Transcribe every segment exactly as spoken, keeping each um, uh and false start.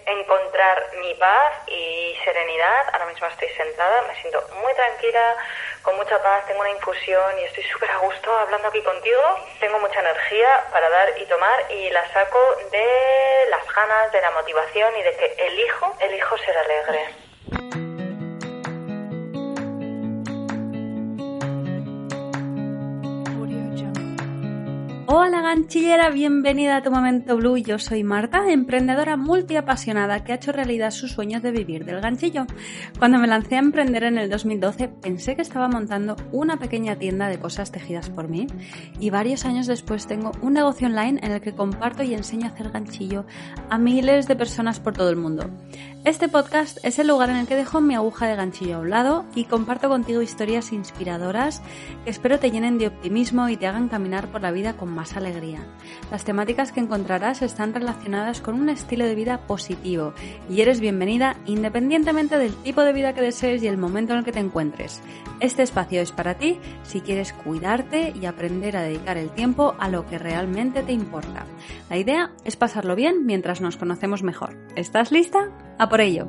encontrar mi paz y serenidad. Ahora mismo estoy sentada, me siento muy tranquila, con mucha paz, tengo una infusión y estoy súper a gusto hablando aquí contigo. Tengo mucha energía para dar y tomar y la saco de las ganas, de la motivación y de que elijo, elijo ser alegre. Hola ganchillera, bienvenida a Tu Momento Blue. Yo soy Marta, emprendedora multiapasionada que ha hecho realidad sus sueños de vivir del ganchillo. Cuando me lancé a emprender en el dos mil doce pensé que estaba montando una pequeña tienda de cosas tejidas por mí y varios años después tengo un negocio online en el que comparto y enseño a hacer ganchillo a miles de personas por todo el mundo. Este podcast es el lugar en el que dejo mi aguja de ganchillo a un lado y comparto contigo historias inspiradoras que espero te llenen de optimismo y te hagan caminar por la vida con más alegría. Las temáticas que encontrarás están relacionadas con un estilo de vida positivo y eres bienvenida independientemente del tipo de vida que desees y el momento en el que te encuentres. Este espacio es para ti si quieres cuidarte y aprender a dedicar el tiempo a lo que realmente te importa. La idea es pasarlo bien mientras nos conocemos mejor. ¿Estás lista? ¡A por ello!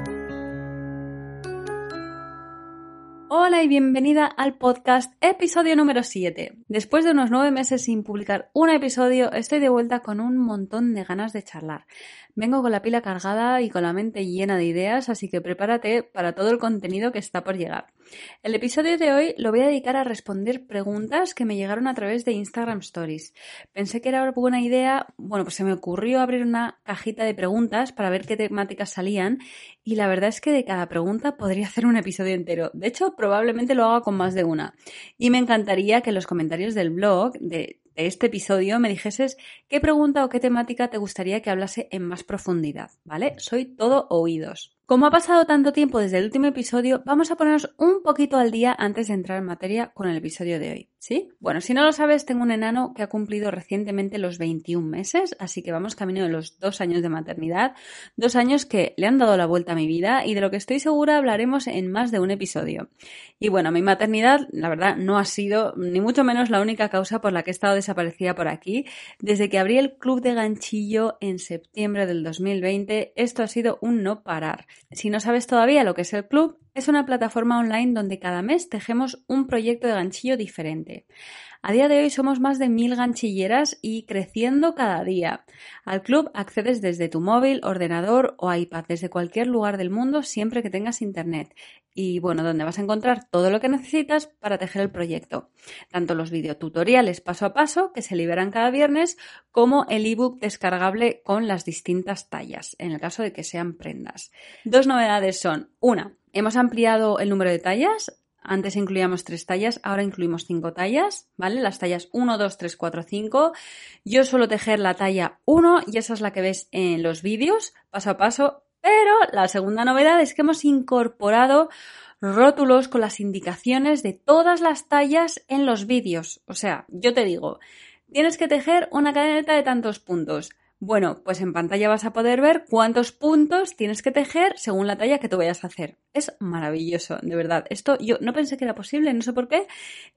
Hola y bienvenida al podcast episodio número siete. Después de unos nueve meses sin publicar un episodio, estoy de vuelta con un montón de ganas de charlar. Vengo con la pila cargada y con la mente llena de ideas, así que prepárate para todo el contenido que está por llegar. El episodio de hoy lo voy a dedicar a responder preguntas que me llegaron a través de Instagram Stories. Pensé que era buena idea, bueno, pues se me ocurrió abrir una cajita de preguntas para ver qué temáticas salían y la verdad es que de cada pregunta podría hacer un episodio entero. De hecho, probablemente lo haga con más de una. Y me encantaría que en los comentarios del blog de de este episodio me dijeses qué pregunta o qué temática te gustaría que hablase en más profundidad, ¿vale? Soy todo oídos. Como ha pasado tanto tiempo desde el último episodio, vamos a ponernos un poquito al día antes de entrar en materia con el episodio de hoy, ¿sí? Bueno, si no lo sabes, tengo un enano que ha cumplido recientemente los veintiún meses, así que vamos camino de los dos años de maternidad, dos años que le han dado la vuelta a mi vida y de lo que estoy segura hablaremos en más de un episodio. Y bueno, mi maternidad, la verdad, no ha sido ni mucho menos la única causa por la que he estado desaparecida por aquí. Desde que abrí el club de ganchillo en septiembre del dos mil veinte, esto ha sido un no parar. Si no sabes todavía lo que es el club, es una plataforma online donde cada mes tejemos un proyecto de ganchillo diferente. A día de hoy somos más de mil ganchilleras y creciendo cada día. Al club accedes desde tu móvil, ordenador o iPad, desde cualquier lugar del mundo siempre que tengas internet. Y bueno, donde vas a encontrar todo lo que necesitas para tejer el proyecto. Tanto los videotutoriales paso a paso que se liberan cada viernes como el ebook descargable con las distintas tallas, en el caso de que sean prendas. Dos novedades son, una, hemos ampliado el número de tallas. Antes incluíamos tres tallas, ahora incluimos cinco tallas, ¿vale? Las tallas uno, dos, tres, cuatro, cinco. Yo suelo tejer la talla uno y esa es la que ves en los vídeos, paso a paso. Pero la segunda novedad es que hemos incorporado rótulos con las indicaciones de todas las tallas en los vídeos. O sea, yo te digo, tienes que tejer una cadeneta de tantos puntos. Bueno, pues en pantalla vas a poder ver cuántos puntos tienes que tejer según la talla que tú vayas a hacer. Es maravilloso, de verdad. Esto yo no pensé que era posible, no sé por qué,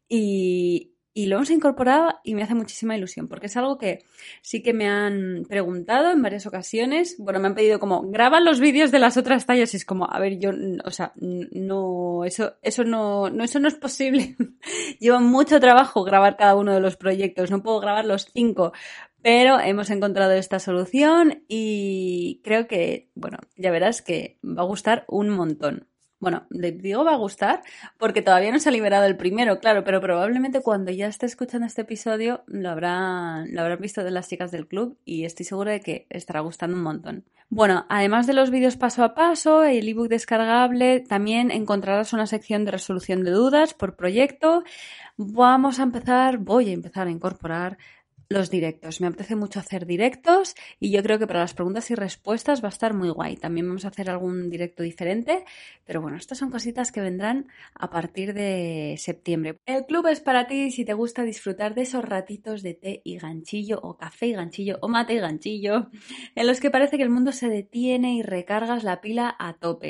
y, y lo hemos incorporado y me hace muchísima ilusión, porque es algo que sí que me han preguntado en varias ocasiones. Bueno, me han pedido como, graban los vídeos de las otras tallas, y es como, a ver, yo, o sea, no, eso, eso no, no, eso no es posible. Lleva mucho trabajo grabar cada uno de los proyectos, no puedo grabar los cinco. Pero hemos encontrado esta solución y creo que, bueno, ya verás que va a gustar un montón. Bueno, digo va a gustar porque todavía no se ha liberado el primero, claro, pero probablemente cuando ya esté escuchando este episodio lo habrán, lo habrán visto de las chicas del club y estoy segura de que estará gustando un montón. Bueno, además de los vídeos paso a paso, el ebook descargable, también encontrarás una sección de resolución de dudas por proyecto. Vamos a empezar, voy a empezar a incorporar los directos. Me apetece mucho hacer directos y yo creo que para las preguntas y respuestas va a estar muy guay. También vamos a hacer algún directo diferente, pero bueno, estas son cositas que vendrán a partir de septiembre. El club es para ti si te gusta disfrutar de esos ratitos de té y ganchillo o café y ganchillo o mate y ganchillo en los que parece que el mundo se detiene y recargas la pila a tope.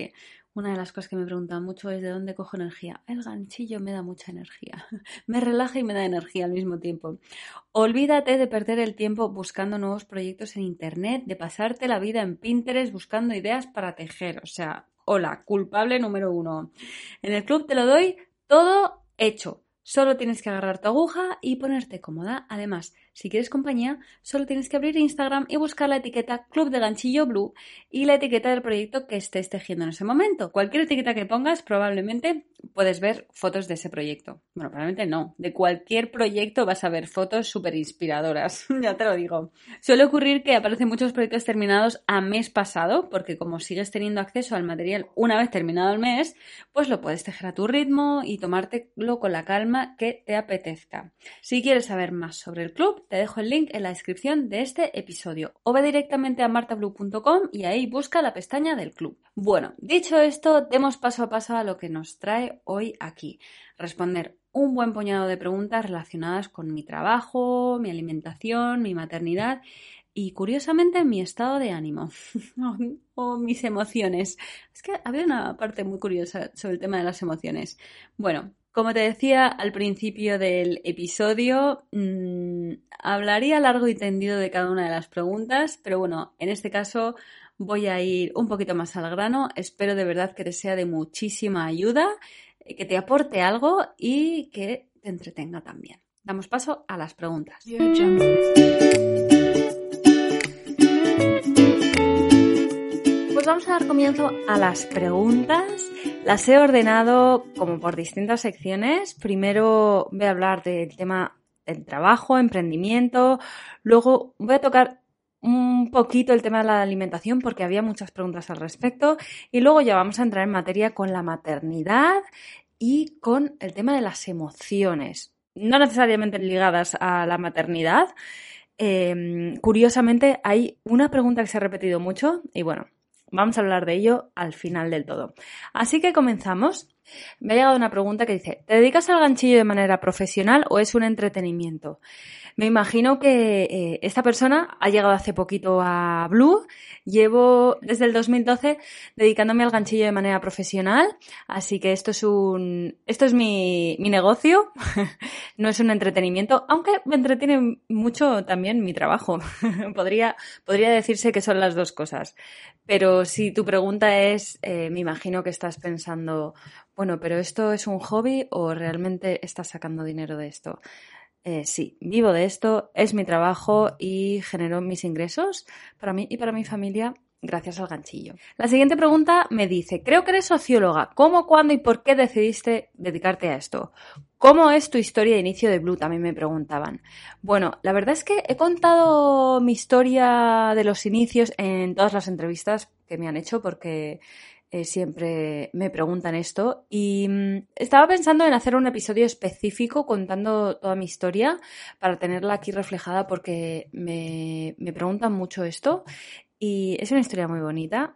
Una de las cosas que me preguntan mucho es de dónde cojo energía. El ganchillo me da mucha energía. Me relaja y me da energía al mismo tiempo. Olvídate de perder el tiempo buscando nuevos proyectos en internet, de pasarte la vida en Pinterest buscando ideas para tejer. O sea, hola, culpable número uno. En el club te lo doy todo hecho. Solo tienes que agarrar tu aguja y ponerte cómoda. Además, si quieres compañía, solo tienes que abrir Instagram y buscar la etiqueta Club de Ganchillo Blue y la etiqueta del proyecto que estés tejiendo en ese momento. Cualquier etiqueta que pongas, probablemente puedes ver fotos de ese proyecto. Bueno, probablemente no. De cualquier proyecto vas a ver fotos súper inspiradoras. Ya te lo digo. Suele ocurrir que aparecen muchos proyectos terminados a mes pasado, porque como sigues teniendo acceso al material una vez terminado el mes, pues lo puedes tejer a tu ritmo y tomártelo con la calma que te apetezca. Si quieres saber más sobre el club, te dejo el link en la descripción de este episodio o ve directamente a martablue punto com y ahí busca la pestaña del club. Bueno, dicho esto, demos paso a paso a lo que nos trae hoy aquí. Responder un buen puñado de preguntas relacionadas con mi trabajo, mi alimentación, mi maternidad y, curiosamente, mi estado de ánimo o mis emociones. Es que había una parte muy curiosa sobre el tema de las emociones. Bueno, como te decía al principio del episodio, mmm, hablaría largo y tendido de cada una de las preguntas, pero bueno, en este caso voy a ir un poquito más al grano. Espero de verdad que te sea de muchísima ayuda, que te aporte algo y que te entretenga también. Damos paso a las preguntas. Pues vamos a dar comienzo a las preguntas. Las he ordenado como por distintas secciones. Primero voy a hablar del tema del trabajo, emprendimiento. Luego voy a tocar un poquito el tema de la alimentación porque había muchas preguntas al respecto. Y luego ya vamos a entrar en materia con la maternidad y con el tema de las emociones. No necesariamente ligadas a la maternidad. Eh, curiosamente hay una pregunta que se ha repetido mucho y bueno, vamos a hablar de ello al final del todo. Así que comenzamos. Me ha llegado una pregunta que dice, ¿te dedicas al ganchillo de manera profesional o es un entretenimiento? Me imagino que eh, esta persona ha llegado hace poquito a Blue. Llevo desde el dos mil doce dedicándome al ganchillo de manera profesional, así que esto es un, esto es mi, mi negocio, no es un entretenimiento, aunque me entretiene mucho también mi trabajo. podría, podría decirse que son las dos cosas. Pero si tu pregunta es, eh, me imagino que estás pensando, bueno, pero ¿esto es un hobby o realmente estás sacando dinero de esto? Eh, sí, vivo de esto, es mi trabajo y genero mis ingresos para mí y para mi familia gracias al ganchillo. La siguiente pregunta me dice, creo que eres socióloga. ¿Cómo, cuándo y por qué decidiste dedicarte a esto? ¿Cómo es tu historia de inicio de Blue? También me preguntaban. Bueno, la verdad es que he contado mi historia de los inicios en todas las entrevistas que me han hecho porque Eh, siempre me preguntan esto y mmm, estaba pensando en hacer un episodio específico contando toda mi historia para tenerla aquí reflejada porque me, me preguntan mucho esto y es una historia muy bonita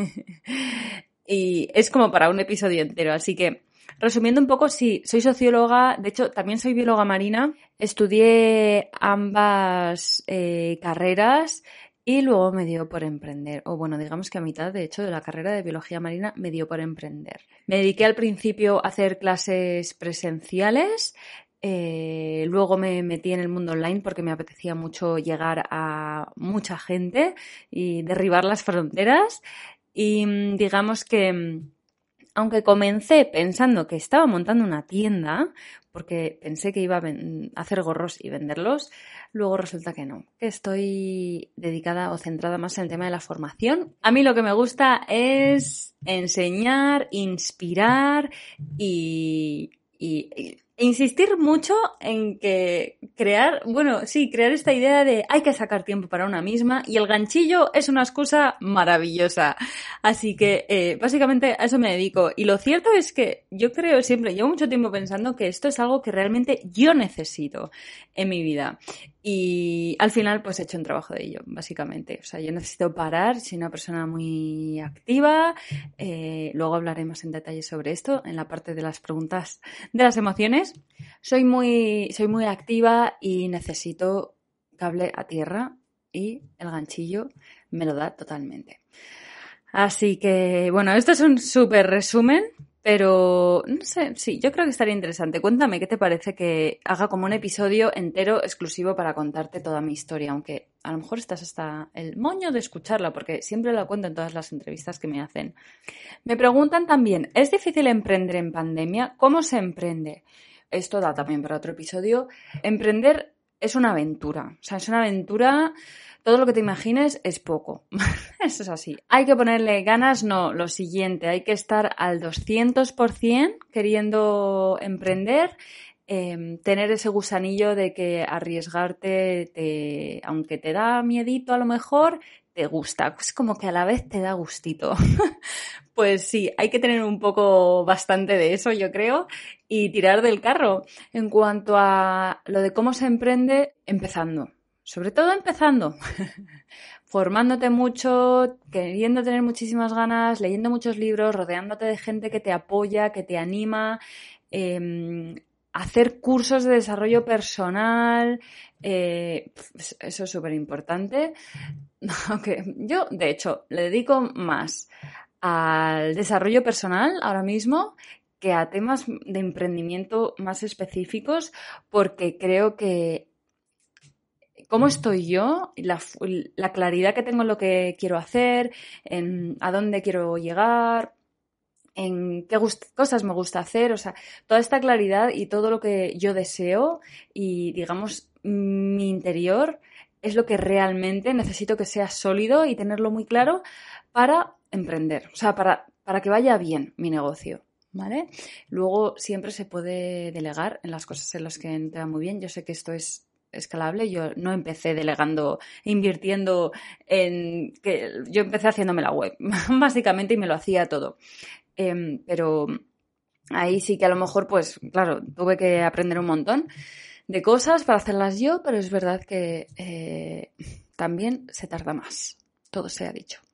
y es como para un episodio entero, así que resumiendo un poco, sí, soy socióloga, de hecho también soy bióloga marina, estudié ambas eh, carreras. Y luego me dio por emprender, o bueno, digamos que a mitad, de hecho, de la carrera de biología marina me dio por emprender. Me dediqué al principio a hacer clases presenciales, eh, luego me metí en el mundo online porque me apetecía mucho llegar a mucha gente y derribar las fronteras y digamos que aunque comencé pensando que estaba montando una tienda, porque pensé que iba a hacer gorros y venderlos, luego resulta que no, que estoy dedicada o centrada más en el tema de la formación. A mí lo que me gusta es enseñar, inspirar y, y, y insistir mucho en que crear, bueno, sí, crear esta idea de hay que sacar tiempo para una misma y el ganchillo es una excusa maravillosa. Así que eh, básicamente a eso me dedico. Y lo cierto es que yo creo siempre, llevo mucho tiempo pensando que esto es algo que realmente yo necesito en mi vida. Y al final pues he hecho un trabajo de ello, básicamente. O sea, yo necesito parar, soy una persona muy activa. Eh, luego hablaremos en detalle sobre esto en la parte de las preguntas de las emociones. Soy muy, soy muy activa y necesito cable a tierra y el ganchillo me lo da totalmente. Así que, bueno, esto es un súper resumen, pero no sé, sí, yo creo que estaría interesante. Cuéntame, ¿qué te parece que haga como un episodio entero exclusivo para contarte toda mi historia? Aunque a lo mejor estás hasta el moño de escucharla, porque siempre la cuento en todas las entrevistas que me hacen. Me preguntan también, ¿es difícil emprender en pandemia? ¿Cómo se emprende? Esto da también para otro episodio. Emprender es una aventura, o sea, es una aventura... Todo lo que te imagines es poco. Eso es así. Hay que ponerle ganas, no, lo siguiente, hay que estar al doscientos por ciento queriendo emprender, eh, tener ese gusanillo de que arriesgarte, te, aunque te da miedito a lo mejor, te gusta. Es como que a la vez te da gustito. Pues sí, hay que tener un poco bastante de eso, yo creo, y tirar del carro. En cuanto a lo de cómo se emprende, empezando. Sobre todo empezando, formándote mucho, queriendo tener muchísimas ganas, leyendo muchos libros, rodeándote de gente que te apoya, que te anima, eh, hacer cursos de desarrollo personal, eh, eso es súper importante. Aunque yo, de hecho, le dedico más al desarrollo personal ahora mismo que a temas de emprendimiento más específicos, porque creo que cómo estoy yo, la, la claridad que tengo en lo que quiero hacer, en a dónde quiero llegar, en qué gust- cosas me gusta hacer, o sea, toda esta claridad y todo lo que yo deseo y, digamos, mi interior es lo que realmente necesito que sea sólido y tenerlo muy claro para emprender, o sea, para, para que vaya bien mi negocio. ¿Vale? Luego siempre se puede delegar en las cosas en las que no te va muy bien. Yo sé que esto es escalable. Yo no empecé delegando, invirtiendo en... que yo empecé haciéndome la web, básicamente, y me lo hacía todo. Eh, pero ahí sí que a lo mejor, pues, claro, tuve que aprender un montón de cosas para hacerlas yo, pero es verdad que eh, también se tarda más. Todo se ha dicho.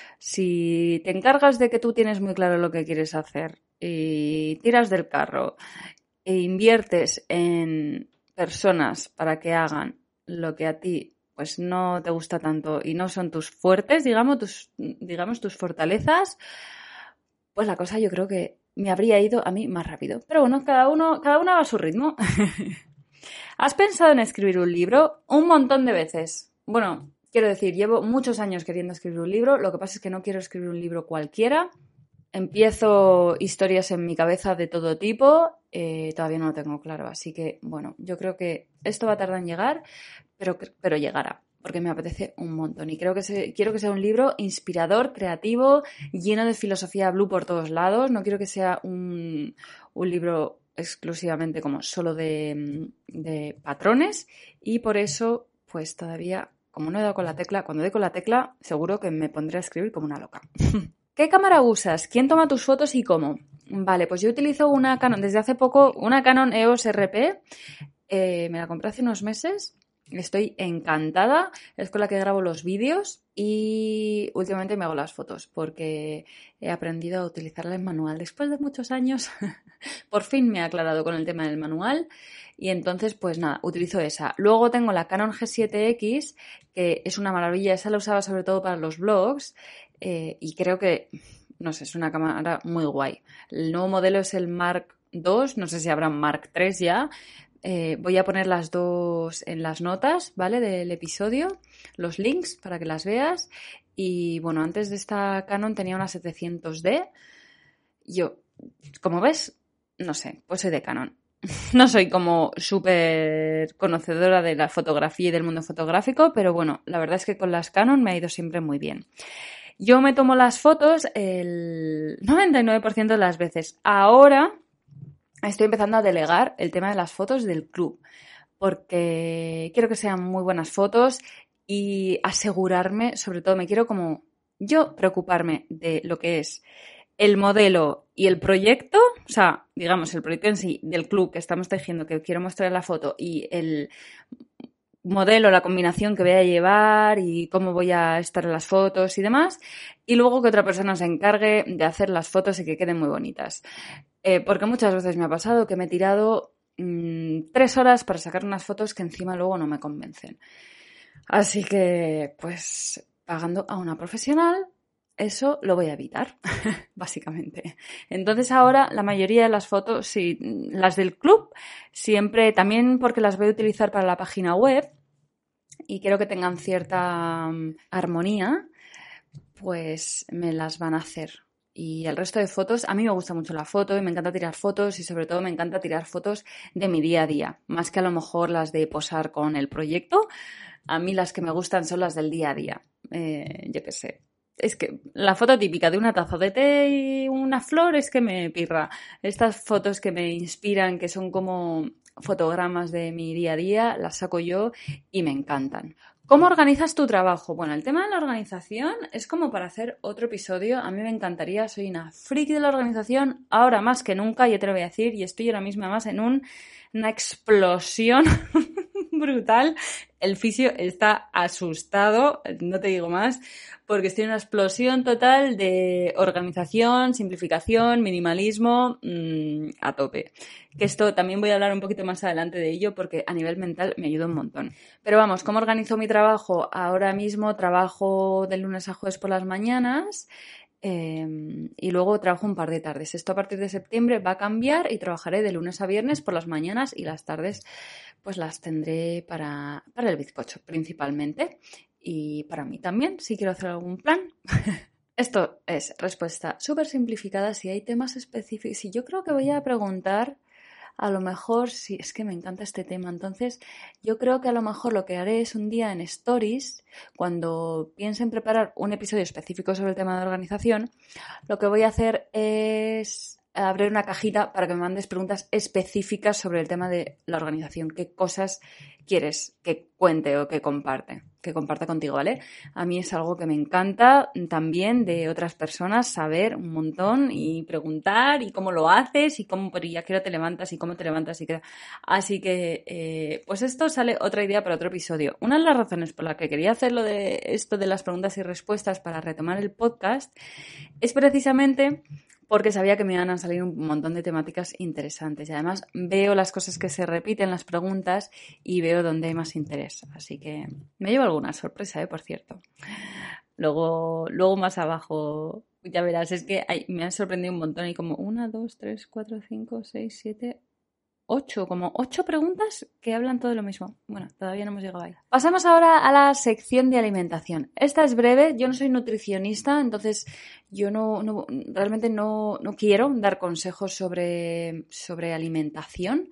Si te encargas de que tú tienes muy claro lo que quieres hacer y tiras del carro e inviertes en personas para que hagan lo que a ti pues no te gusta tanto y no son tus fuertes, digamos, tus, digamos, tus fortalezas, pues la cosa yo creo que me habría ido a mí más rápido. Pero bueno, cada uno, cada uno va a su ritmo. ¿Has pensado en escribir un libro? Un montón de veces. Bueno, quiero decir, llevo muchos años queriendo escribir un libro, lo que pasa es que no quiero escribir un libro cualquiera. Empiezo historias en mi cabeza de todo tipo, eh, todavía no lo tengo claro, así que bueno, yo creo que esto va a tardar en llegar, pero, pero llegará, porque me apetece un montón y creo que se, quiero que sea un libro inspirador, creativo, lleno de filosofía blue por todos lados. No quiero que sea un, un libro exclusivamente como solo de, de patrones, y por eso pues todavía, como no he dado con la tecla, cuando dé con la tecla seguro que me pondré a escribir como una loca. ¿Qué cámara usas? ¿Quién toma tus fotos y cómo? Vale, pues yo utilizo una Canon, desde hace poco, una Canon E O S R P. Eh, me la compré hace unos meses. Estoy encantada. Es con la que grabo los vídeos y últimamente me hago las fotos porque he aprendido a utilizarla en manual. Después de muchos años, por fin me he aclarado con el tema del manual y entonces, pues nada, utilizo esa. Luego tengo la Canon G siete X, que es una maravilla. Esa la usaba sobre todo para los vlogs. Eh, y creo que, no sé, es una cámara muy guay. El nuevo modelo es el Mark dos, no sé si habrá Mark tres ya. Eh, voy a poner las dos en las notas, ¿vale? Del episodio, los links para que las veas. Y bueno, antes de esta Canon tenía una setecientos D. Yo, como ves, no sé, pues soy de Canon. No soy como súper conocedora de la fotografía y del mundo fotográfico, pero bueno, la verdad es que con las Canon me ha ido siempre muy bien. Yo me tomo las fotos el noventa y nueve por ciento de las veces. Ahora estoy empezando a delegar el tema de las fotos del club, porque quiero que sean muy buenas fotos y asegurarme, sobre todo me quiero como yo preocuparme de lo que es el modelo y el proyecto, o sea, digamos, el proyecto en sí del club que estamos tejiendo, que quiero mostrar en la foto, y el modelo, la combinación que voy a llevar y cómo voy a estar en las fotos y demás, y luego que otra persona se encargue de hacer las fotos y que queden muy bonitas. Eh, porque muchas veces me ha pasado que me he tirado mmm, tres horas para sacar unas fotos que encima luego no me convencen. Así que, pues, pagando a una profesional eso lo voy a evitar, básicamente. Entonces ahora la mayoría de las fotos, sí, las del club, siempre, también porque las voy a utilizar para la página web y quiero que tengan cierta um, armonía, pues me las van a hacer. Y el resto de fotos, a mí me gusta mucho la foto y me encanta tirar fotos y sobre todo me encanta tirar fotos de mi día a día, más que a lo mejor las de posar con el proyecto. A mí las que me gustan son las del día a día, eh, yo qué sé. Es que la foto típica de una taza de té y una flor es que me pirra. Estas fotos que me inspiran, que son como fotogramas de mi día a día, las saco yo y me encantan. ¿Cómo organizas tu trabajo? Bueno, el tema de la organización es como para hacer otro episodio. A mí me encantaría, soy una friki de la organización, ahora más que nunca, ya te lo voy a decir, y estoy ahora mismo más en un, una explosión brutal. El fisio está asustado, no te digo más, porque estoy en una explosión total de organización, simplificación, minimalismo, mmm, a tope. Que esto también voy a hablar un poquito más adelante de ello porque a nivel mental me ayuda un montón. Pero vamos, ¿cómo organizo mi trabajo? Ahora mismo trabajo de lunes a jueves por las mañanas eh, y luego trabajo un par de tardes. Esto a partir de septiembre va a cambiar y trabajaré de lunes a viernes por las mañanas y las tardes pues las tendré para, para el bizcocho principalmente y para mí también, si quiero hacer algún plan. Esto es respuesta súper simplificada. Si hay temas específicos, si yo creo que voy a preguntar, a lo mejor, si es que me encanta este tema, entonces yo creo que a lo mejor lo que haré es un día en Stories, cuando piense en preparar un episodio específico sobre el tema de organización, lo que voy a hacer es abrir una cajita para que me mandes preguntas específicas sobre el tema de la organización. ¿Qué cosas quieres que cuente o que comparte, que comparta contigo, ¿vale? A mí es algo que me encanta también de otras personas, saber un montón y preguntar y cómo lo haces y cómo, pero ya qué hora te levantas y cómo te levantas y qué. Así que, eh, pues esto sale otra idea para otro episodio. Una de las razones por las que quería hacer lo de esto de las preguntas y respuestas para retomar el podcast es precisamente porque sabía que me iban a salir un montón de temáticas interesantes y además veo las cosas que se repiten, las preguntas, y veo dónde hay más interés. Así que me llevo alguna sorpresa, ¿eh? Por cierto. Luego, luego más abajo, ya verás, es que hay, me han sorprendido un montón. Hay como una, dos, tres, cuatro, cinco, seis, siete, ocho, como ocho preguntas que hablan todo lo mismo. Bueno, todavía no hemos llegado ahí. Pasamos ahora a la sección de alimentación. Esta es breve, yo no soy nutricionista, entonces yo no, no realmente no, no quiero dar consejos sobre, sobre alimentación.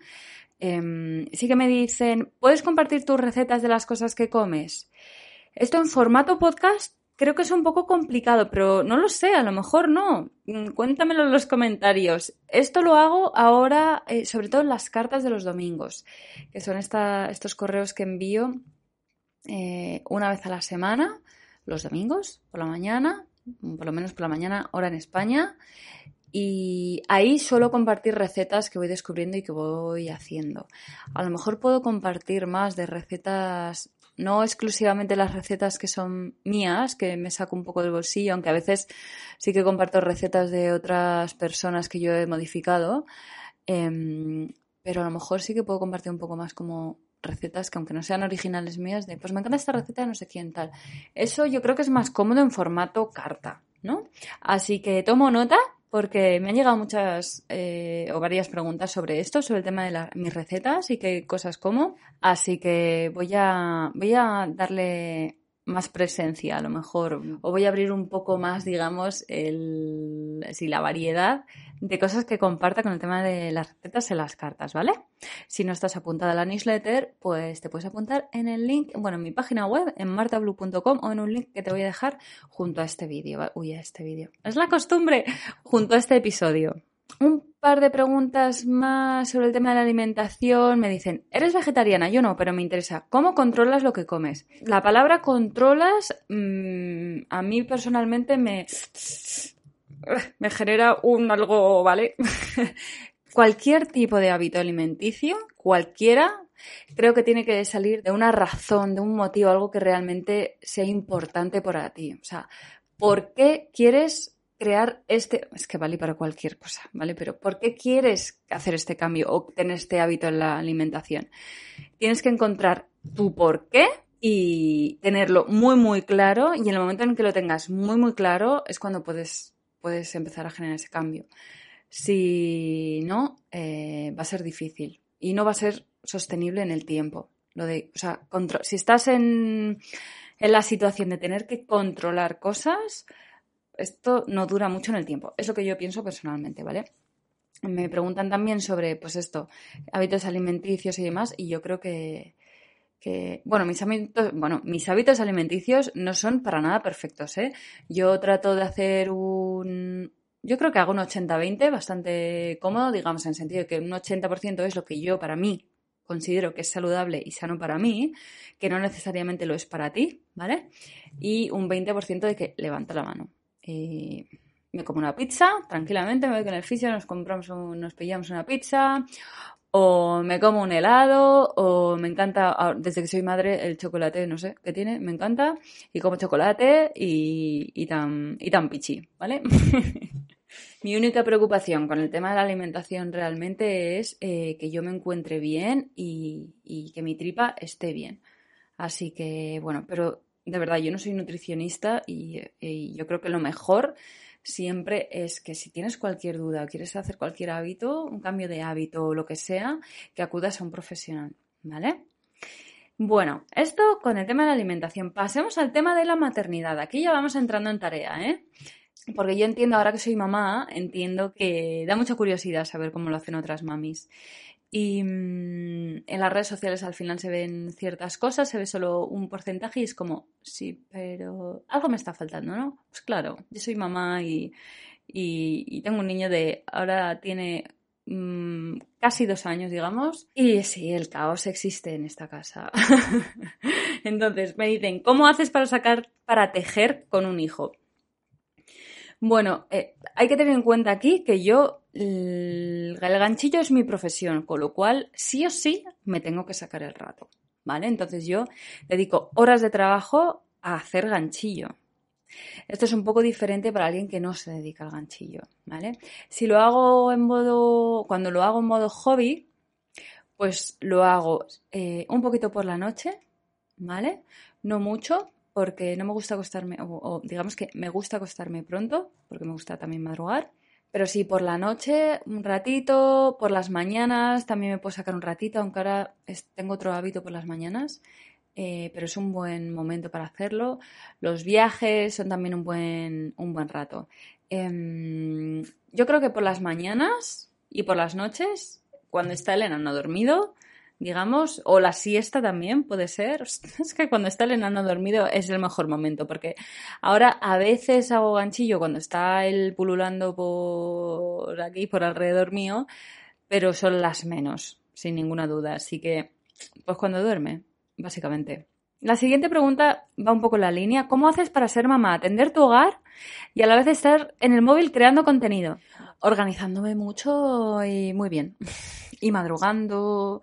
Eh, sí que me dicen, ¿puedes compartir tus recetas de las cosas que comes? Esto en formato podcast creo que es un poco complicado, pero no lo sé, a lo mejor no. Cuéntamelo en los comentarios. Esto lo hago ahora, eh, sobre todo en las cartas de los domingos, que son esta, estos correos que envío eh, una vez a la semana, los domingos, por la mañana, por lo menos por la mañana, hora en España. Y ahí suelo compartir recetas que voy descubriendo y que voy haciendo. A lo mejor puedo compartir más de recetas, no exclusivamente las recetas que son mías, que me saco un poco del bolsillo, aunque a veces sí que comparto recetas de otras personas que yo he modificado, eh, pero a lo mejor sí que puedo compartir un poco más como recetas que aunque no sean originales mías, de pues me encanta esta receta de no sé quién tal. Eso yo creo que es más cómodo en formato carta, ¿no? Así que tomo nota, porque me han llegado muchas eh, o varias preguntas sobre esto, sobre el tema de la, mis recetas y qué cosas como. Así que voy a, voy a darle más presencia a lo mejor, o voy a abrir un poco más, digamos, el, sí, la variedad de cosas que comparta con el tema de las recetas en las cartas, ¿vale? Si no estás apuntada a la newsletter, pues te puedes apuntar en el link, bueno, en mi página web, en marta blue punto com, o en un link que te voy a dejar junto a este vídeo. Uy, a este vídeo. Es la costumbre, junto a este episodio. Un par de preguntas más sobre el tema de la alimentación. Me dicen, ¿eres vegetariana? Yo no, pero me interesa. ¿Cómo controlas lo que comes? La palabra controlas mmm, a mí personalmente me, me genera un algo, ¿vale? Cualquier tipo de hábito alimenticio, cualquiera, creo que tiene que salir de una razón, de un motivo, algo que realmente sea importante para ti. O sea, ¿por qué quieres crear este, es que vale para cualquier cosa, ¿vale? Pero ¿por qué quieres hacer este cambio o tener este hábito en la alimentación? Tienes que encontrar tu por qué y tenerlo muy, muy claro, y en el momento en que lo tengas muy, muy claro es cuando puedes, puedes empezar a generar ese cambio. Si no, eh, va a ser difícil y no va a ser sostenible en el tiempo. Lo de, o sea, contro- si estás en, en la situación de tener que controlar cosas, esto no dura mucho en el tiempo. Es lo que yo pienso personalmente, ¿vale? Me preguntan también sobre, pues esto, hábitos alimenticios y demás, y yo creo que, que bueno, mis hábitos, bueno, mis hábitos alimenticios no son para nada perfectos, ¿eh? Yo trato de hacer un... Yo creo que hago un ochenta veinte bastante cómodo, digamos, en el sentido de que un ochenta por ciento es lo que yo, para mí, considero que es saludable y sano para mí, que no necesariamente lo es para ti, ¿vale? Y un veinte por ciento de que levanta la mano. Eh, me como una pizza, tranquilamente, me voy con el fisio, nos compramos un, nos pillamos una pizza, o me como un helado, o me encanta, desde que soy madre, el chocolate, no sé qué tiene, me encanta, y como chocolate y, y tan, y tan pichi, ¿vale? Mi única preocupación con el tema de la alimentación realmente es eh, que yo me encuentre bien y, y que mi tripa esté bien. Así que, bueno, pero de verdad yo no soy nutricionista y, y yo creo que lo mejor siempre es que si tienes cualquier duda o quieres hacer cualquier hábito, un cambio de hábito o lo que sea, que acudas a un profesional, ¿vale? Bueno, esto con el tema de la alimentación. Pasemos al tema de la maternidad. Aquí ya vamos entrando en tarea, ¿eh? Porque yo entiendo, ahora que soy mamá, entiendo que da mucha curiosidad saber cómo lo hacen otras mamis. Y mmm, en las redes sociales al final se ven ciertas cosas, se ve solo un porcentaje y es como, sí, pero algo me está faltando, ¿no? Pues claro, yo soy mamá y, y, y tengo un niño de, ahora tiene mmm, casi dos años, digamos, y sí, el caos existe en esta casa. Entonces me dicen, ¿cómo haces para sacar, para tejer con un hijo? Bueno, eh, hay que tener en cuenta aquí que yo, el, el ganchillo es mi profesión, con lo cual sí o sí me tengo que sacar el rato, ¿vale? Entonces yo dedico horas de trabajo a hacer ganchillo. Esto es un poco diferente para alguien que no se dedica al ganchillo, ¿vale? Si lo hago en modo, cuando lo hago en modo hobby, pues lo hago eh, un poquito por la noche, ¿vale? No mucho, porque no me gusta acostarme, o, o digamos que me gusta acostarme pronto, porque me gusta también madrugar, pero sí por la noche un ratito, por las mañanas también me puedo sacar un ratito, aunque ahora es, tengo otro hábito por las mañanas, eh, pero es un buen momento para hacerlo. Los viajes son también un buen, un buen rato. Eh, yo creo que por las mañanas y por las noches, cuando está el enano dormido, digamos, o la siesta también puede ser. Es que cuando está el enano dormido es el mejor momento, porque ahora a veces hago ganchillo cuando está él pululando por aquí, por alrededor mío, pero son las menos, sin ninguna duda. Así que, pues cuando duerme, básicamente. La siguiente pregunta va un poco en la línea. ¿Cómo haces para ser mamá, atender tu hogar y a la vez estar en el móvil creando contenido? Organizándome mucho y muy bien. Y madrugando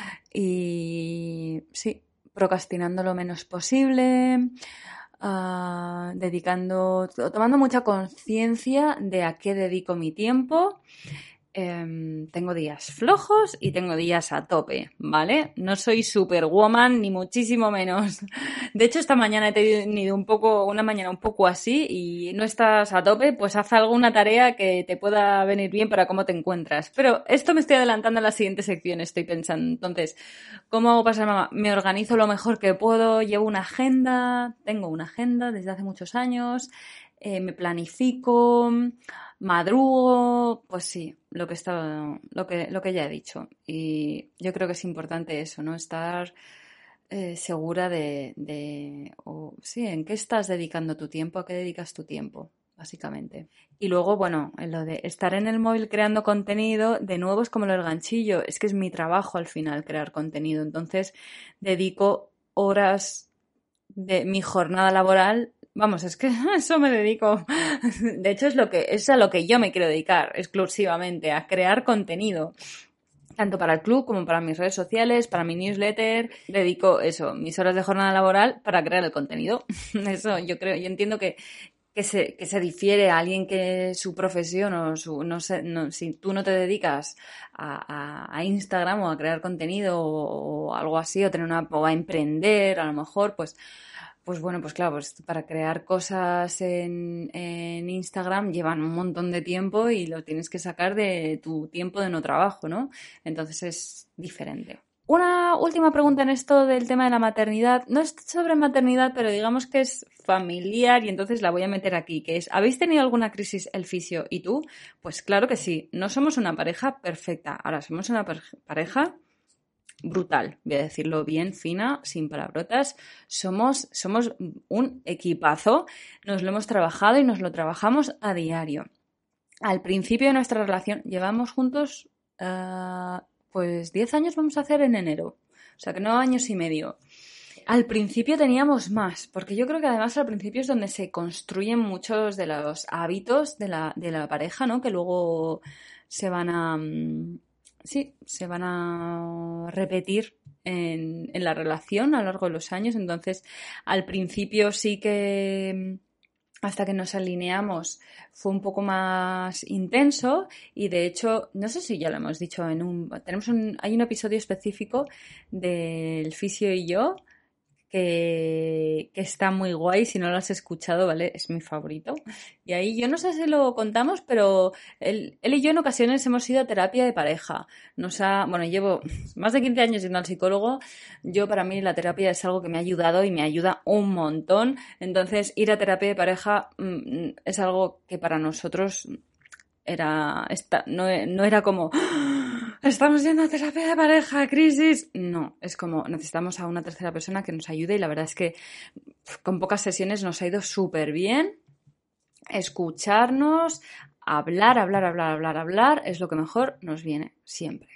y sí, procrastinando lo menos posible, uh, dedicando, tomando mucha conciencia de a qué dedico mi tiempo. Eh, tengo días flojos y tengo días a tope, ¿vale? No soy superwoman ni muchísimo menos. De hecho, esta mañana he tenido un poco, una mañana un poco así y no estás a tope, pues haz alguna tarea que te pueda venir bien para cómo te encuentras. Pero esto me estoy adelantando a la siguiente sección, estoy pensando. Entonces, ¿cómo hago para ser mamá? Me organizo lo mejor que puedo, llevo una agenda, tengo una agenda desde hace muchos años, eh, me planifico, madrugo, pues sí, lo que está, lo que, lo que ya he dicho. Y yo creo que es importante eso, ¿no? Estar eh, segura de, de o, sí, en qué estás dedicando tu tiempo, a qué dedicas tu tiempo, básicamente. Y luego, bueno, en lo de estar en el móvil creando contenido, de nuevo es como lo del ganchillo, es que es mi trabajo al final crear contenido. Entonces, dedico horas de mi jornada laboral. Vamos, es que a eso me dedico. De hecho, es lo que, es a lo que yo me quiero dedicar exclusivamente, a crear contenido. Tanto para el club como para mis redes sociales, para mi newsletter. Dedico eso, mis horas de jornada laboral para crear el contenido. Eso yo creo, yo entiendo que, que se, que se difiere a alguien que su profesión o su, no sé, no, si tú no te dedicas a, a, a Instagram o a crear contenido o, o algo así, o tener una, o a emprender, a lo mejor, pues, pues bueno, pues claro, pues para crear cosas en, en Instagram llevan un montón de tiempo y lo tienes que sacar de tu tiempo de no trabajo, ¿no? Entonces es diferente. Una última pregunta en esto del tema de la maternidad. No es sobre maternidad, pero digamos que es familiar y entonces la voy a meter aquí, que es, ¿habéis tenido alguna crisis el fisio y tú? Pues claro que sí. No somos una pareja perfecta. Ahora somos una pareja brutal, voy a decirlo bien, fina, sin palabrotas. Somos, somos un equipazo. Nos lo hemos trabajado y nos lo trabajamos a diario. Al principio de nuestra relación llevamos juntos... Uh, Pues diez años vamos a hacer en enero, o sea que nueve años y medio. Al principio teníamos más, porque yo creo que además al principio es donde se construyen muchos de los hábitos de la, de la pareja, ¿no? Que luego se van a, sí, se van a repetir en, en la relación a lo largo de los años. Entonces, al principio sí que... hasta que nos alineamos fue un poco más intenso y de hecho, no sé si ya lo hemos dicho en un... tenemos un, hay un episodio específico del fisio y yo que, que está muy guay, si no lo has escuchado, ¿vale? Es mi favorito. Y ahí yo no sé si lo contamos, pero él, él y yo en ocasiones hemos ido a terapia de pareja. Nos ha, bueno, llevo más de quince años yendo al psicólogo. Yo, para mí, la terapia es algo que me ha ayudado y me ayuda un montón. Entonces, ir a terapia de pareja mmm, es algo que para nosotros era, esta, no, no era como... estamos yendo a terapia de pareja, crisis. No, es como necesitamos a una tercera persona que nos ayude y la verdad es que con pocas sesiones nos ha ido súper bien. Escucharnos, hablar, hablar, hablar, hablar, hablar es lo que mejor nos viene siempre.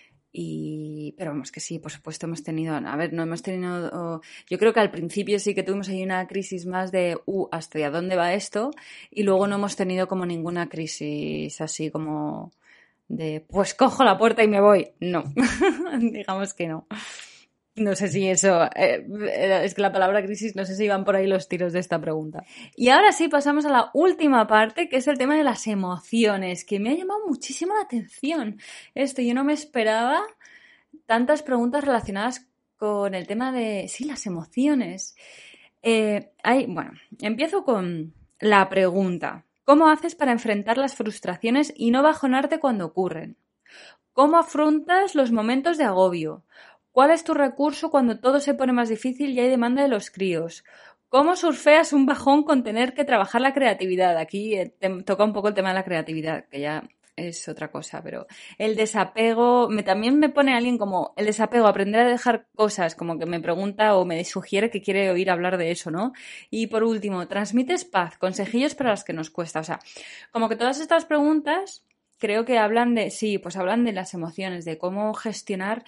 Y, pero vamos que sí, por supuesto hemos tenido, a ver, no hemos tenido, oh, yo creo que al principio sí que tuvimos ahí una crisis más de, uh, ¿hasta dónde va esto? Y luego no hemos tenido como ninguna crisis así como de, pues cojo la puerta y me voy. No, digamos que no. No sé si eso, eh, es que la palabra crisis, no sé si van por ahí los tiros de esta pregunta. Y ahora sí pasamos a la última parte, que es el tema de las emociones, que me ha llamado muchísimo la atención. Esto, yo no me esperaba tantas preguntas relacionadas con el tema de, sí, las emociones. Eh, hay, bueno, empiezo con la pregunta. ¿Cómo haces para enfrentar las frustraciones y no bajonarte cuando ocurren? ¿Cómo afrontas los momentos de agobio? ¿Cuál es tu recurso cuando todo se pone más difícil y hay demanda de los críos? ¿Cómo surfeas un bajón con tener que trabajar la creatividad? Aquí te toca un poco el tema de la creatividad, que ya es otra cosa, pero el desapego, me, también me pone alguien como el desapego, aprender a dejar cosas, como que me pregunta o me sugiere que quiere oír hablar de eso, ¿no? Y por último, transmites paz, consejillos para las que nos cuesta, o sea, como que todas estas preguntas... creo que hablan de, sí, pues hablan de las emociones, de cómo gestionar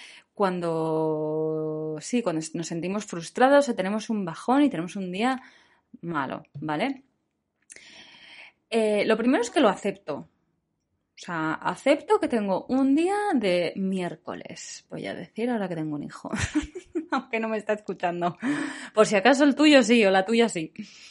cuando, sí, cuando nos sentimos frustrados o tenemos un bajón y tenemos un día malo, ¿vale? Eh, lo primero es que lo acepto. O sea, acepto que tengo un día de miércoles, voy a decir ahora que tengo un hijo, aunque no me está escuchando. Por si acaso el tuyo sí o la tuya sí.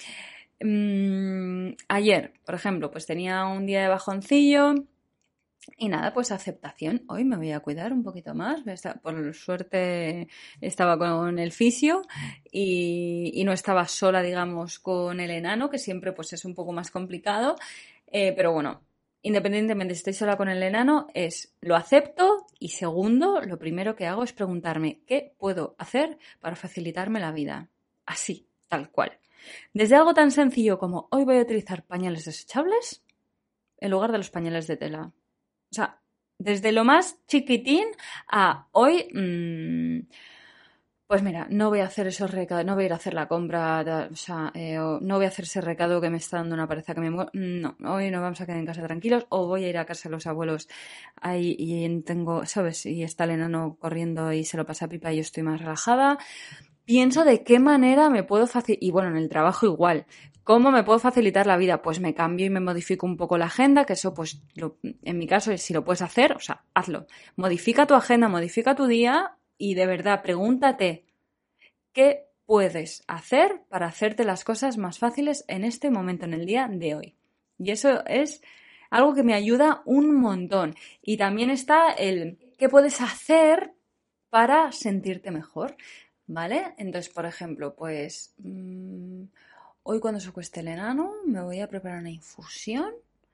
Mm, ayer, por ejemplo, pues tenía un día de bajoncillo. Y nada, pues aceptación. Hoy me voy a cuidar un poquito más. Por suerte estaba con el fisio y, y no estaba sola, digamos, con el enano, que siempre pues es un poco más complicado. Eh, pero bueno, independientemente si estoy sola con el enano, es lo acepto y segundo, lo primero que hago es preguntarme ¿qué puedo hacer para facilitarme la vida? Así, tal cual. Desde algo tan sencillo como hoy voy a utilizar pañales desechables en lugar de los pañales de tela. O sea, desde lo más chiquitín a hoy, mmm, pues mira, no voy a hacer esos recados, no voy a ir a hacer la compra, o sea, eh, o no voy a hacer ese recado que me está dando una pareja que me... No, hoy nos vamos a quedar en casa tranquilos o voy a ir a casa de los abuelos ahí y tengo, ¿sabes? Y está el enano corriendo y se lo pasa a pipa y yo estoy más relajada. Pienso de qué manera me puedo facilitar, y bueno, en el trabajo igual, ¿cómo me puedo facilitar la vida? Pues me cambio y me modifico un poco la agenda, que eso pues lo, en mi caso si lo puedes hacer, o sea, hazlo. Modifica tu agenda, modifica tu día y de verdad pregúntate ¿qué puedes hacer para hacerte las cosas más fáciles en este momento, en el día de hoy. Y eso es algo que me ayuda un montón. Y también está el qué puedes hacer para sentirte mejor, ¿vale? Entonces, por ejemplo, pues mmm, hoy cuando se acueste el enano me voy a preparar una infusión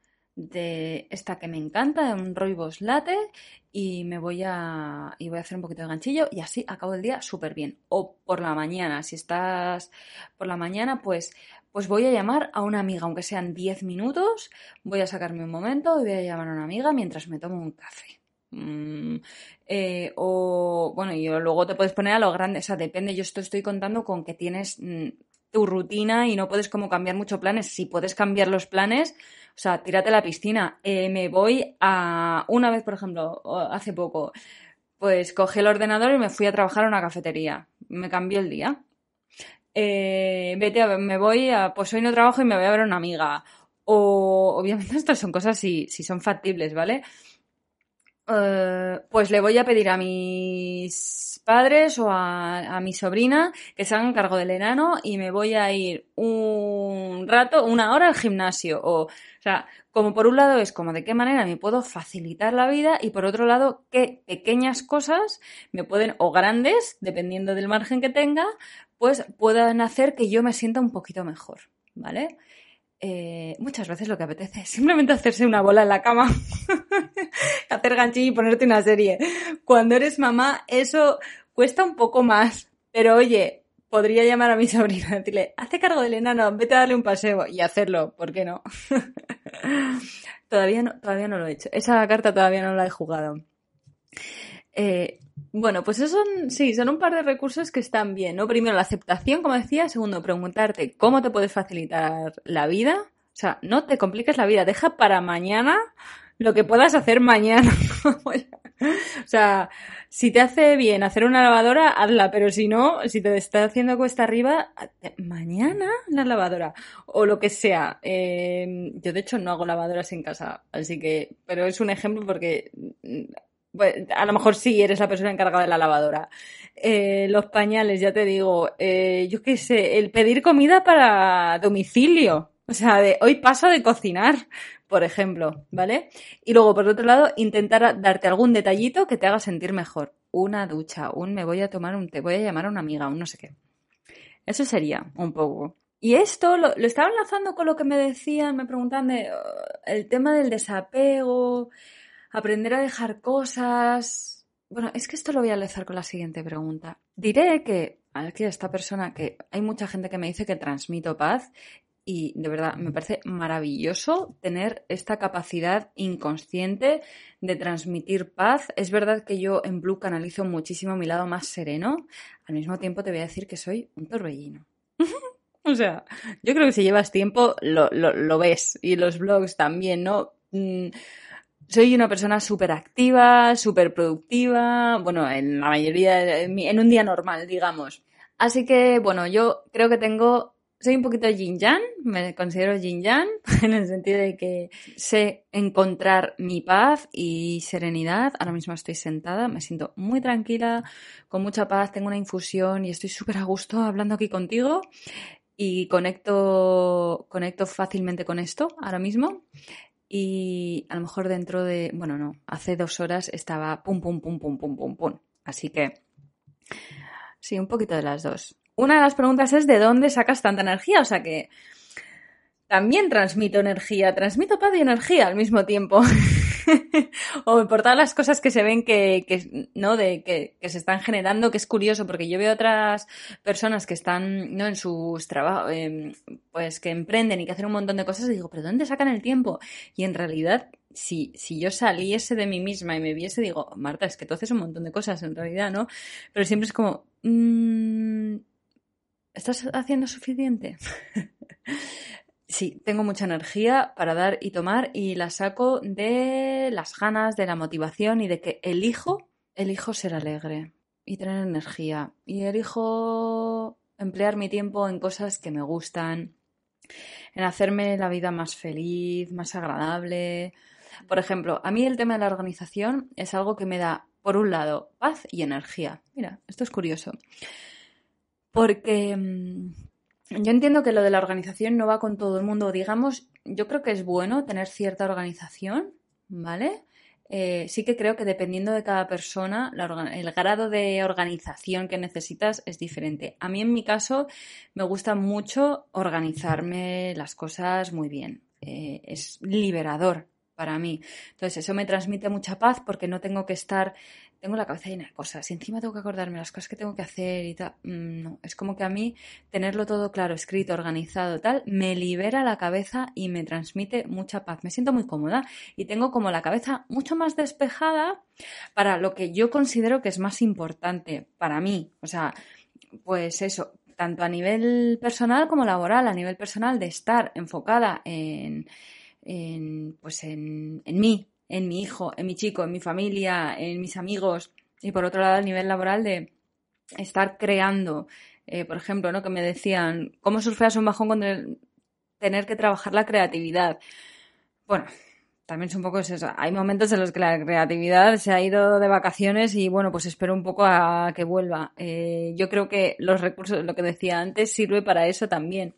de esta que me encanta, de un rooibos latte, y me voy a y voy a hacer un poquito de ganchillo y así acabo el día súper bien. O por la mañana, si estás por la mañana, pues, pues voy a llamar a una amiga, aunque sean diez minutos, voy a sacarme un momento y voy a llamar a una amiga mientras me tomo un café. Mm, eh, o bueno, y luego te puedes poner a lo grande, o sea, depende, yo esto estoy contando con que tienes mm, tu rutina y no puedes como cambiar mucho planes. Si puedes cambiar los planes, o sea, tírate a la piscina. Eh, me voy a... Una vez, por ejemplo, hace poco, pues cogí el ordenador y me fui a trabajar a una cafetería. Me cambió el día. Eh, vete a, me voy a... Pues hoy no trabajo y me voy a ver a una amiga. O, obviamente, estas son cosas si, si son factibles, ¿vale? Uh, pues le voy a pedir a mis padres o a, a mi sobrina que se hagan cargo del enano y me voy a ir un rato, una hora al gimnasio. O, o sea, como por un lado es como de qué manera me puedo facilitar la vida y por otro lado qué pequeñas cosas me pueden, o grandes, dependiendo del margen que tenga, pues puedan hacer que yo me sienta un poquito mejor, ¿vale? Eh, muchas veces lo que apetece es simplemente hacerse una bola en la cama, hacer ganchillo y ponerte una serie. Cuando eres mamá eso cuesta un poco más, pero oye, podría llamar a mi sobrina y decirle, hazte cargo del enano, vete a darle un paseo y hacerlo, ¿por qué no? todavía no, todavía no lo he hecho, esa carta todavía no la he jugado. Eh, bueno, pues esos son, sí, son un par de recursos que están bien, ¿no? Primero, la aceptación, como decía. Segundo, preguntarte cómo te puedes facilitar la vida. O sea, no te compliques la vida. Deja para mañana lo que puedas hacer mañana. O sea, si te hace bien hacer una lavadora, hazla. Pero si no, si te está haciendo cuesta arriba, mañana la lavadora. O lo que sea. Eh, yo, de hecho, no hago lavadoras en casa. Así que, pero es un ejemplo porque... Pues, a lo mejor sí eres la persona encargada de la lavadora. Eh, los pañales, ya te digo, eh, yo qué sé, el pedir comida para domicilio. O sea, de hoy paso de cocinar, por ejemplo, ¿vale? Y luego, por otro lado, intentar darte algún detallito que te haga sentir mejor. Una ducha, un me voy a tomar un té, voy a llamar a una amiga, un no sé qué. Eso sería un poco. Y esto lo, lo estaba enlazando con lo que me decían, me preguntaban de uh, el tema del desapego... Aprender a dejar cosas... Bueno, es que esto lo voy a enlazar con la siguiente pregunta. Diré que aquí a esta persona, que hay mucha gente que me dice que transmito paz y de verdad me parece maravilloso tener esta capacidad inconsciente de transmitir paz. Es verdad que yo en Blue canalizo muchísimo mi lado más sereno. Al mismo tiempo te voy a decir que soy un torbellino. O sea, yo creo que si llevas tiempo lo, lo, lo ves. Y los blogs también, ¿no? Mm, Soy una persona súper activa, súper productiva, bueno, en la mayoría, en un día normal, digamos. Así que, bueno, yo creo que tengo, soy un poquito yin-yang, me considero yin-yang, en el sentido de que sé encontrar mi paz y serenidad. Ahora mismo estoy sentada, me siento muy tranquila, con mucha paz, tengo una infusión y estoy súper a gusto hablando aquí contigo y conecto, conecto fácilmente con esto ahora mismo. Y a lo mejor dentro de... Bueno, no. Hace dos horas estaba pum, pum, pum, pum, pum, pum, pum. Así que... Sí, un poquito de las dos. Una de las preguntas es ¿de dónde sacas tanta energía? O sea que... También transmito energía. Transmito paz y energía al mismo tiempo. O por todas las cosas que se ven que, que no de que, que se están generando, que es curioso porque yo veo otras personas que están no en sus trabajos, eh, pues que emprenden y que hacen un montón de cosas y digo, ¿pero dónde sacan el tiempo? Y en realidad, si, si yo saliese de mí misma y me viese, digo, Marta, es que tú haces un montón de cosas en realidad, ¿no? Pero siempre es como, mmm, ¿estás haciendo suficiente? Sí, tengo mucha energía para dar y tomar y la saco de las ganas, de la motivación y de que elijo, elijo ser alegre y tener energía. Y elijo emplear mi tiempo en cosas que me gustan, en hacerme la vida más feliz, más agradable. Por ejemplo, a mí el tema de la organización es algo que me da, por un lado, paz y energía. Mira, esto es curioso. Porque mmm, yo entiendo que lo de la organización no va con todo el mundo. Digamos, yo creo que es bueno tener cierta organización, ¿vale? Eh, sí que creo que dependiendo de cada persona, la orga- el grado de organización que necesitas es diferente. A mí, en mi caso, me gusta mucho organizarme las cosas muy bien. Eh, es liberador para mí. Entonces, eso me transmite mucha paz porque no tengo que estar... Tengo la cabeza llena de cosas y encima tengo que acordarme las cosas que tengo que hacer y tal. Mm, No, es como que a mí tenerlo todo claro, escrito, organizado, tal, me libera la cabeza y me transmite mucha paz. Me siento muy cómoda y tengo como la cabeza mucho más despejada para lo que yo considero que es más importante para mí. O sea, pues eso, tanto a nivel personal como laboral. A nivel personal de estar enfocada en, en pues en, en mí, en mi hijo, en mi chico, en mi familia, en mis amigos. Y por otro lado, a nivel laboral de estar creando, eh, por ejemplo, ¿no? Que me decían, ¿cómo surfeas un bajón con el- tener que trabajar la creatividad? Bueno, también es un poco eso. Hay momentos en los que la creatividad se ha ido de vacaciones y bueno, pues espero un poco a que vuelva. Eh, yo creo que los recursos, lo que decía antes, sirve para eso también.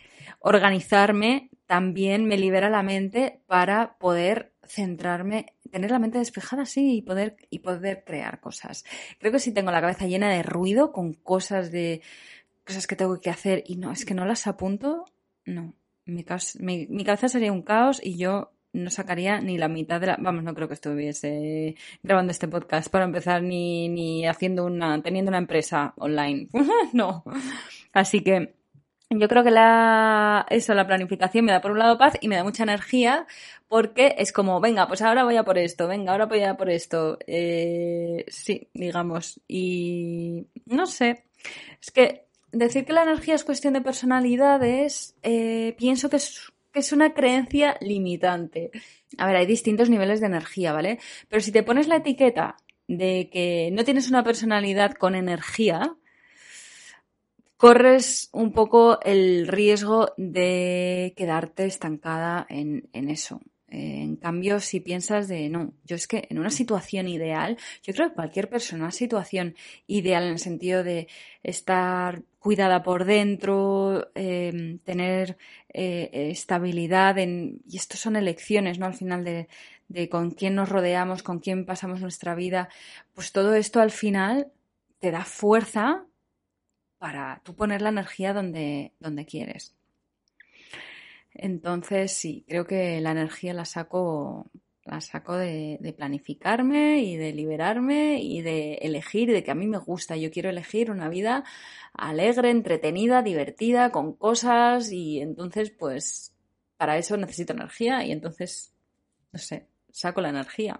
Organizarme también me libera la mente para poder centrarme, tener la mente despejada, sí, y poder, y poder crear cosas. Creo que si tengo la cabeza llena de ruido con cosas de cosas que tengo que hacer y no, es que no las apunto, no. Mi, caos, mi, mi cabeza sería un caos y yo no sacaría ni la mitad de la... Vamos, no creo que estuviese grabando este podcast para empezar ni, ni haciendo una... teniendo una empresa online. No. Así que yo creo que la, eso, la planificación me da por un lado paz y me da mucha energía porque es como, venga, pues ahora voy a por esto, venga, ahora voy a por esto. Eh, sí, digamos. Y no sé, es que decir que la energía es cuestión de personalidades, eh, pienso que es, que es una creencia limitante. A ver, hay distintos niveles de energía, ¿vale? Pero si te pones la etiqueta de que no tienes una personalidad con energía, corres un poco el riesgo de quedarte estancada en, en eso. Eh, en cambio, si piensas de, no, yo es que en una situación ideal, yo creo que cualquier persona, una situación ideal en el sentido de estar cuidada por dentro, eh, tener eh, estabilidad, en, y esto son elecciones, ¿no? Al final de, de con quién nos rodeamos, con quién pasamos nuestra vida, pues todo esto al final te da fuerza para tú poner la energía donde, donde quieres. Entonces, sí, creo que la energía la saco, la saco de, de planificarme y de liberarme y de elegir, de que a mí me gusta. Yo quiero elegir una vida alegre, entretenida, divertida, con cosas y entonces, pues, para eso necesito energía y entonces, no sé, saco la energía.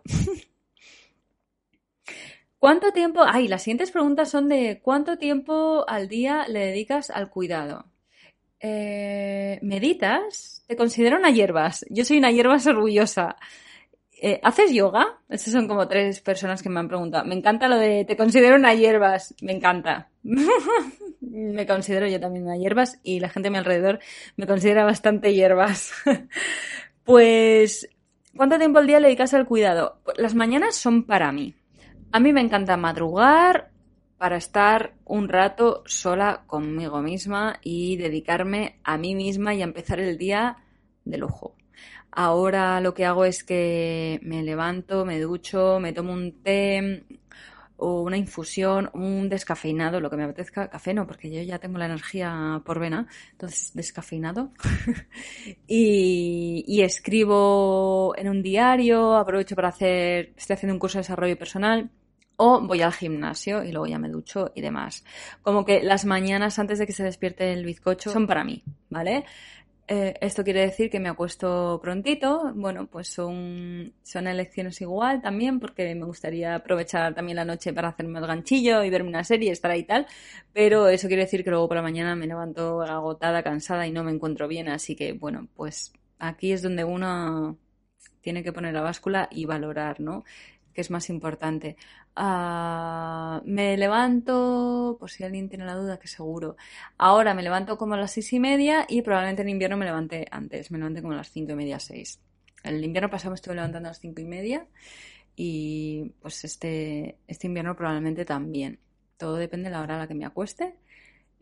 ¿Cuánto tiempo? Ay, las siguientes preguntas son de ¿cuánto tiempo al día le dedicas al cuidado? Eh, ¿meditas? Te considero una hierbas. Yo soy una hierbas orgullosa. Eh, ¿haces yoga? Esas son como tres personas que me han preguntado. Me encanta lo de te considero una hierbas. Me encanta. Me considero yo también una hierbas y la gente a mi alrededor me considera bastante hierbas. Pues, ¿cuánto tiempo al día le dedicas al cuidado? Las mañanas son para mí. A mí me encanta madrugar para estar un rato sola conmigo misma y dedicarme a mí misma y a empezar el día de lujo. Ahora lo que hago es que me levanto, me ducho, me tomo un té o una infusión, un descafeinado, lo que me apetezca. Café no, porque yo ya tengo la energía por vena, entonces descafeinado. y, y escribo en un diario, aprovecho para hacer, estoy haciendo un curso de desarrollo personal. O voy al gimnasio y luego ya me ducho y demás. Como que las mañanas antes de que se despierte el bizcocho son para mí, ¿vale? Eh, esto quiere decir que me acuesto prontito. Bueno, pues son, son elecciones igual también porque me gustaría aprovechar también la noche para hacerme el ganchillo y verme una serie, estar ahí y tal. Pero eso quiere decir que luego por la mañana me levanto agotada, cansada y no me encuentro bien. Así que, bueno, pues aquí es donde uno tiene que poner la báscula y valorar, ¿no? Que es más importante. Uh, me levanto, por si alguien tiene la duda, que seguro. Ahora me levanto como a las seis y media y probablemente en invierno me levante antes, me levante como a las cinco y media, seis. El invierno pasado me estuve levantando a las cinco y media y pues este, este invierno probablemente también. Todo depende de la hora a la que me acueste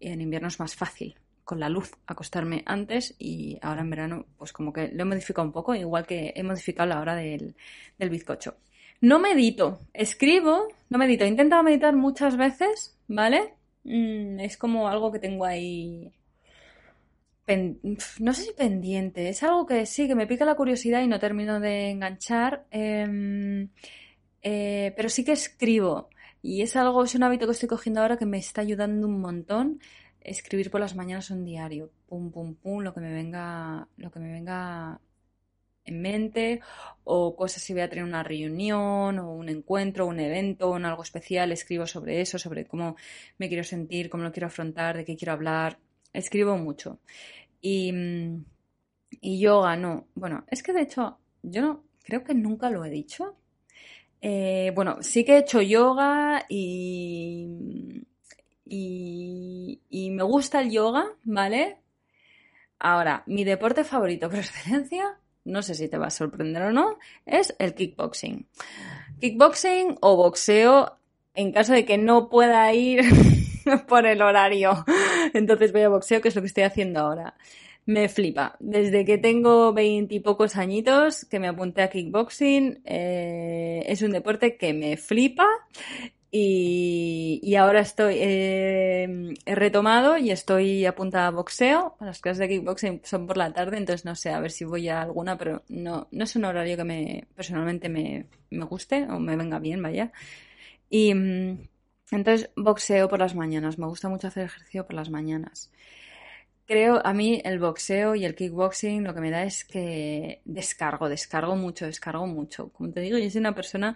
en invierno es más fácil con la luz acostarme antes y ahora en verano pues como que lo he modificado un poco, igual que he modificado la hora del, del bizcocho. No medito, escribo, no medito, he intentado meditar muchas veces, ¿vale? Mm, es como algo que tengo ahí, pen... no sé si pendiente, es algo que sí, que me pica la curiosidad y no termino de enganchar, eh, eh, pero sí que escribo y es algo, es un hábito que estoy cogiendo ahora que me está ayudando un montón. Escribir por las mañanas un diario, pum, pum, pum, lo que me venga, lo que me venga en mente, o cosas si voy a tener una reunión, o un encuentro, un evento, o algo especial, escribo sobre eso, sobre cómo me quiero sentir, cómo lo quiero afrontar, de qué quiero hablar. Escribo mucho. Y, y yoga, no. Bueno, es que de hecho, yo no, creo que nunca lo he dicho. Eh, bueno, sí que he hecho yoga y... Y, y me gusta el yoga, ¿vale? Ahora, mi deporte favorito por excelencia, no sé si te va a sorprender o no, es el kickboxing. Kickboxing o boxeo en caso de que no pueda ir por el horario. Entonces voy a boxeo, que es lo que estoy haciendo ahora. Me flipa. Desde que tengo veintipocos añitos que me apunté a kickboxing, eh, es un deporte que me flipa. Y, y ahora estoy, eh, he retomado y estoy apuntada a boxeo. Las clases de kickboxing son por la tarde, entonces no sé, a ver si voy a alguna, pero no, no es un horario que me personalmente me, me guste o me venga bien, vaya. Y entonces boxeo por las mañanas, me gusta mucho hacer ejercicio por las mañanas. Creo, a mí el boxeo y el kickboxing lo que me da es que descargo, descargo mucho, descargo mucho. Como te digo, yo soy una persona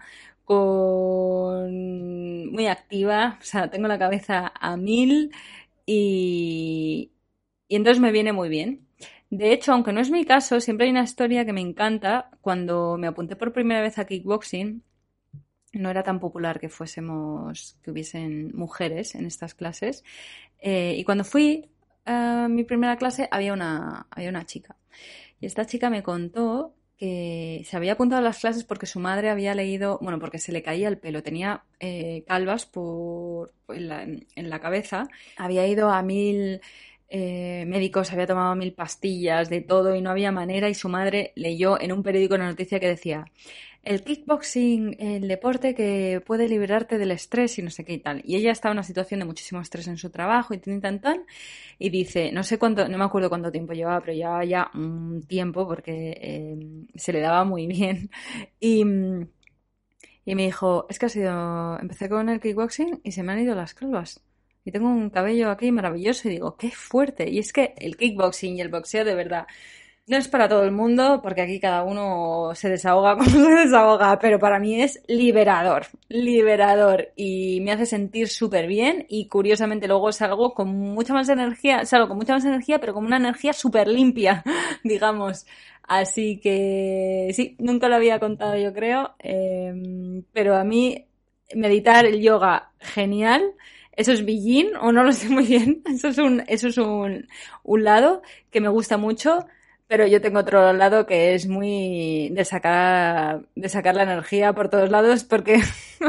con muy activa, o sea, tengo la cabeza a mil y, y entonces me viene muy bien. De hecho, aunque no es mi caso, siempre hay una historia que me encanta. Cuando me apunté por primera vez a kickboxing, no era tan popular que fuésemos, que hubiesen mujeres en estas clases. Eh, y cuando fui a mi primera clase había una, había una chica. Y esta chica me contó que se había apuntado a las clases porque su madre había leído, bueno, porque se le caía el pelo, tenía eh, calvas por, en, la, en la cabeza, había ido a mil eh, médicos, había tomado mil pastillas, de todo y no había manera, y su madre leyó en un periódico una noticia que decía: el kickboxing, el deporte que puede liberarte del estrés y no sé qué y tal. Y ella estaba en una situación de muchísimo estrés en su trabajo y tan, tan, tan. Y dice, no sé cuánto, no me acuerdo cuánto tiempo llevaba, pero llevaba ya un tiempo porque eh, se le daba muy bien. Y, y me dijo, es que ha sido, empecé con el kickboxing y se me han ido las calvas. Y tengo un cabello aquí maravilloso y digo, qué fuerte. Y es que el kickboxing y el boxeo de verdad no es para todo el mundo, porque aquí cada uno se desahoga como se desahoga, pero para mí es liberador, liberador, y me hace sentir súper bien, y curiosamente luego salgo con mucha más energía, salgo con mucha más energía, pero con una energía súper limpia, digamos. Así que sí, nunca lo había contado, yo creo, eh, pero a mí meditar, el yoga, genial. Eso es Beijing, o no lo sé muy bien, eso es un, eso es un, un lado que me gusta mucho. Pero yo tengo otro lado que es muy de sacar, de sacar la energía por todos lados porque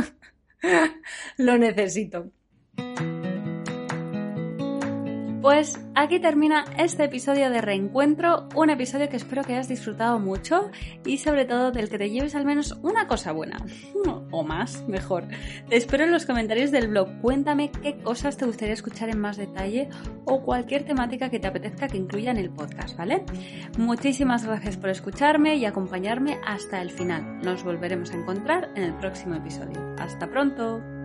lo necesito. Pues aquí termina este episodio de Reencuentro, un episodio que espero que hayas disfrutado mucho y sobre todo del que te lleves al menos una cosa buena, o más, mejor. Te espero en los comentarios del blog, cuéntame qué cosas te gustaría escuchar en más detalle o cualquier temática que te apetezca que incluya en el podcast, ¿vale? Muchísimas gracias por escucharme y acompañarme hasta el final. Nos volveremos a encontrar en el próximo episodio. ¡Hasta pronto!